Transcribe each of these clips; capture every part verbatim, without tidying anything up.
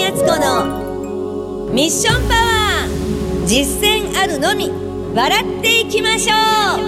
敦子のミッションパワー、実践あるのみ、笑っていきましょ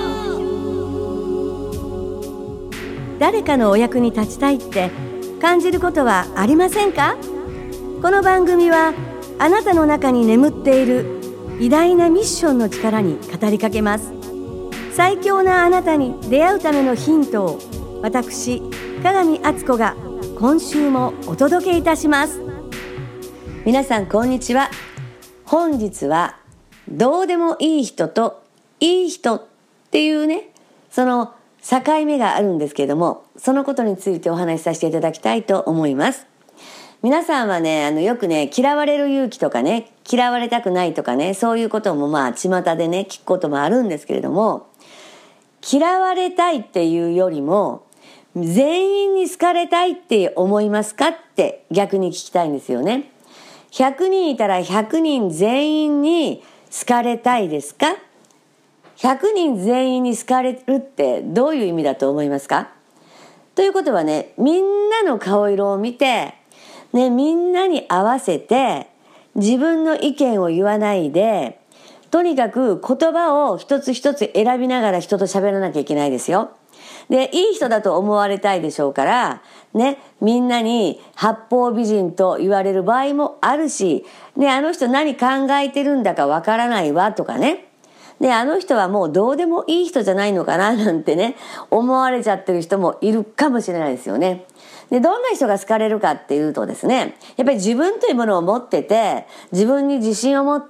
う。誰かのお役に立ちたいって感じることはありませんか？この番組はあなたの中に眠っている偉大なミッションの力に語りかけます。最強なあなたに出会うためのヒントを私、鏡敦子が今週もお届けいたします。皆さんこんにちは。本日はどうでもいい人といい人っていうね、その境目があるんですけれども、そのことについてお話しさせていただきたいと思います。皆さんはね、あのよくね、嫌われる勇気とかね、嫌われたくないとかね、そういうこともまあ巷でね聞くこともあるんですけれども、嫌われたいっていうよりも全員に好かれたいって思いますかって逆に聞きたいんですよね。ひゃくにんいたらひゃくにん全員に好かれたいですか？ひゃくにん全員に好かれるってどういう意味だと思いますか？ということはね、みんなの顔色を見て、ね、みんなに合わせて自分の意見を言わないで、とにかく言葉を一つ一つ選びながら人と喋らなきゃいけないですよ。で、いい人だと思われたいでしょうから、ね、みんなに八方美人と言われる場合もあるし、ね、あの人何考えてるんだかわからないわとかね。で、あの人はもうどうでもいい人じゃないのかななんてね、思われちゃってる人もいるかもしれないですよね。で、どんな人が好かれるかっていうとですね、やっぱり自分というものを持ってて、自分に自信を持って、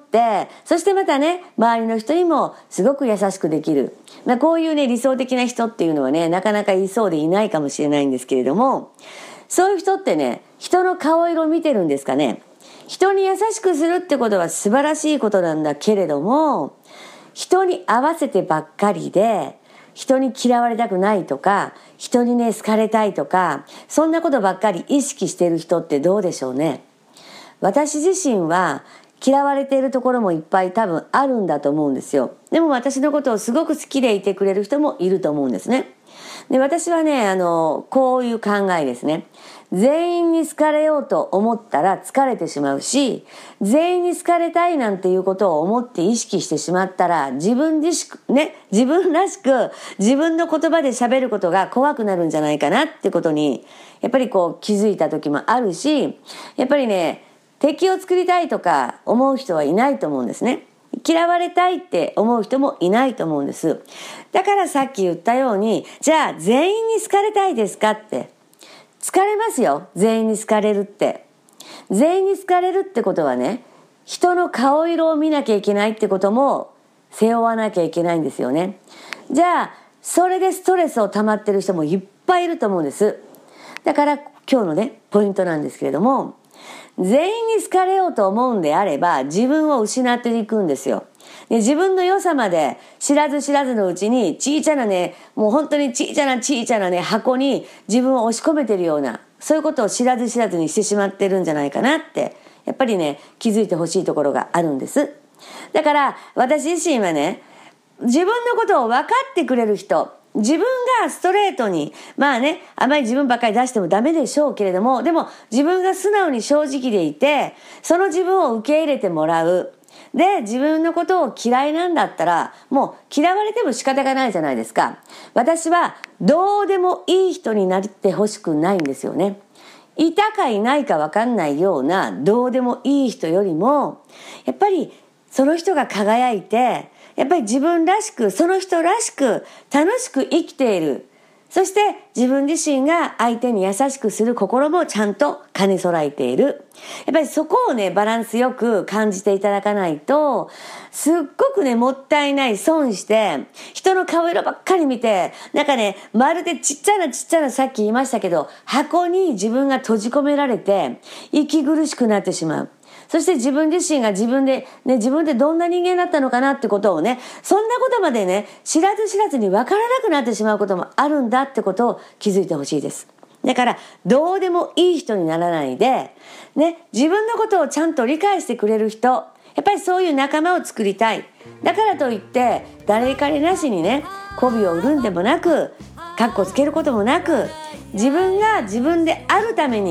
そしてまたね、周りの人にもすごく優しくできる。まあ、こういうね、理想的な人っていうのはね、なかなかいそうでいないかもしれないんですけれども、そういう人ってね、人の顔色を見てるんですかね。人に優しくするってことは素晴らしいことなんだけれども、人に合わせてばっかりで、人に嫌われたくないとか、人にね好かれたいとか、そんなことばっかり意識している人ってどうでしょうね。私自身は嫌われているところもいっぱい多分あるんだと思うんですよ。でも私のことをすごく好きでいてくれる人もいると思うんですね。で、私はね、あのこういう考えですね。全員に好かれようと思ったら疲れてしまうし、全員に好かれたいなんていうことを思って意識してしまったら、自分自しね、自分らしく自分の言葉で喋ることが怖くなるんじゃないかなってことに、やっぱりこう気づいた時もあるし、やっぱりね、敵を作りたいとか思う人はいないと思うんですね。嫌われたいって思う人もいないと思うんです。だからさっき言ったように、じゃあ全員に好かれたいですかって。疲れますよ、全員に好かれるって。全員に好かれるってことはね、人の顔色を見なきゃいけないってことも背負わなきゃいけないんですよね。じゃあそれでストレスを溜まってる人もいっぱいいると思うんです。だから今日のねポイントなんですけれども、全員に好かれようと思うんであれば自分を失っていくんですよ。で、自分の良さまで知らず知らずのうちに小さなね、もう本当に小さな小さなね箱に自分を押し込めてるような、そういうことを知らず知らずにしてしまってるんじゃないかなって、やっぱりね気づいてほしいところがあるんです。だから私自身はね、自分のことを分かってくれる人、自分がストレートに、まあね、あまり自分ばっかり出してもダメでしょうけれども、でも自分が素直に正直でいて、その自分を受け入れてもらう。で、自分のことを嫌いなんだったら、もう嫌われても仕方がないじゃないですか。私はどうでもいい人になってほしくないんですよね。いたかいないか分かんないようなどうでもいい人よりも、やっぱりその人が輝いて、やっぱり自分らしく、その人らしく楽しく生きている。そして自分自身が相手に優しくする心もちゃんと兼ね備えている。やっぱりそこをねバランスよく感じていただかないと、すっごくねもったいない、損して人の顔色ばっかり見て、なんかねまるでちっちゃなちっちゃな、さっき言いましたけど、箱に自分が閉じ込められて息苦しくなってしまう。そして自分自身が自分で、ね、自分でどんな人間だったのかなってことをね、そんなことまでね、知らず知らずに分からなくなってしまうこともあるんだってことを気づいてほしいです。だから、どうでもいい人にならないで、ね、自分のことをちゃんと理解してくれる人、やっぱりそういう仲間を作りたい。だからといって、誰彼なしにね、媚びを売るんでもなく、カッコつけることもなく、自分が自分であるために、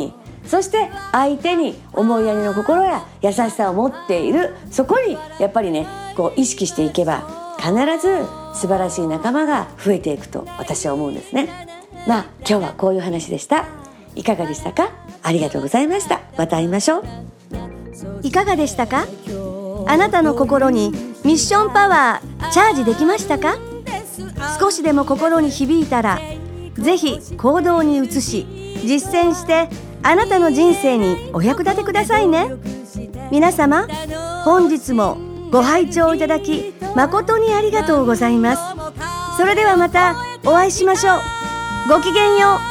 そして相手に思いやりの心や優しさを持っている、そこにやっぱりねこう意識していけば必ず素晴らしい仲間が増えていくと私は思うんですね。まあ今日はこういう話でした。いかがでしたか？ありがとうございました。また会いましょう。いかがでしたか？あなたの心にミッションパワーチャージできましたか？少しでも心に響いたらぜひ行動に移し実践してあなたの人生にお役立てくださいね。皆様本日もご拝聴いただき誠にありがとうございます。それではまたお会いしましょう。ごきげんよう。